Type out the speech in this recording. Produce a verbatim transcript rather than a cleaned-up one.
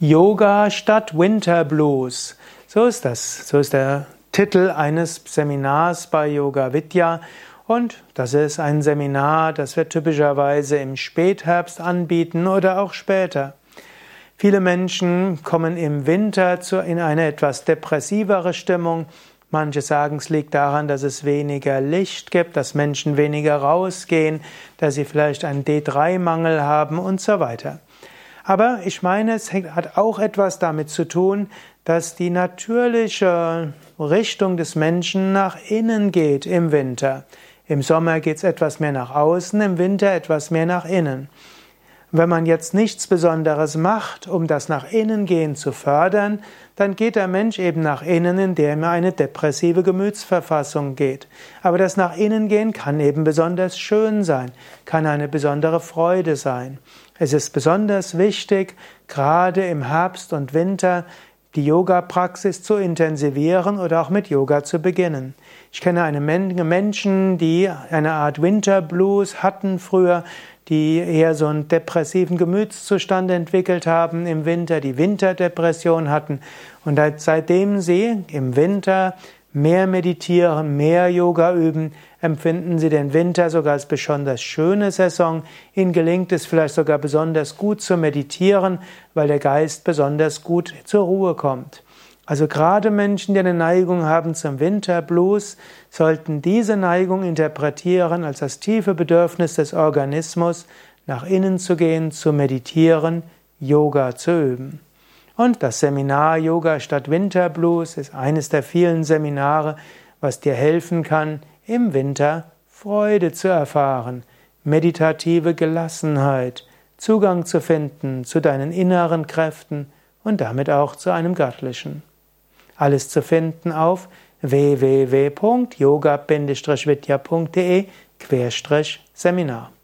Yoga statt Winter Blues. So ist das. So ist der Titel eines Seminars bei Yoga Vidya. Und das ist ein Seminar, das wir typischerweise im Spätherbst anbieten oder auch später. Viele Menschen kommen im Winter in eine etwas depressivere Stimmung. Manche sagen, es liegt daran, dass es weniger Licht gibt, dass Menschen weniger rausgehen, dass sie vielleicht einen D drei Mangel haben und so weiter. Aber ich meine, es hat auch etwas damit zu tun, dass die natürliche Richtung des Menschen nach innen geht im Winter. Im Sommer geht es etwas mehr nach außen, im Winter etwas mehr nach innen. Wenn man jetzt nichts Besonderes macht, um das nach innen gehen zu fördern, dann geht der Mensch eben nach innen, indem er eine depressive Gemütsverfassung geht. Aber das nach innen gehen kann eben besonders schön sein, kann eine besondere Freude sein. Es ist besonders wichtig, gerade im Herbst und Winter, die Yoga-Praxis zu intensivieren oder auch mit Yoga zu beginnen. Ich kenne eine Menge Menschen, die eine Art Winter Blues hatten früher, die eher so einen depressiven Gemütszustand entwickelt haben im Winter, die Winterdepression hatten. Und seitdem sie im Winter mehr meditieren, mehr Yoga üben, empfinden sie den Winter sogar als besonders schöne Saison. Ihnen gelingt es vielleicht sogar besonders gut zu meditieren, weil der Geist besonders gut zur Ruhe kommt. Also gerade Menschen, die eine Neigung haben zum Winterblues, sollten diese Neigung interpretieren als das tiefe Bedürfnis des Organismus, nach innen zu gehen, zu meditieren, Yoga zu üben. Und das Seminar Yoga statt Winterblues ist eines der vielen Seminare, was dir helfen kann, im Winter Freude zu erfahren, meditative Gelassenheit, Zugang zu finden zu deinen inneren Kräften und damit auch zu einem Göttlichen. Alles zu finden auf w w w punkt yoga Bindestrich vidya punkt de Seminar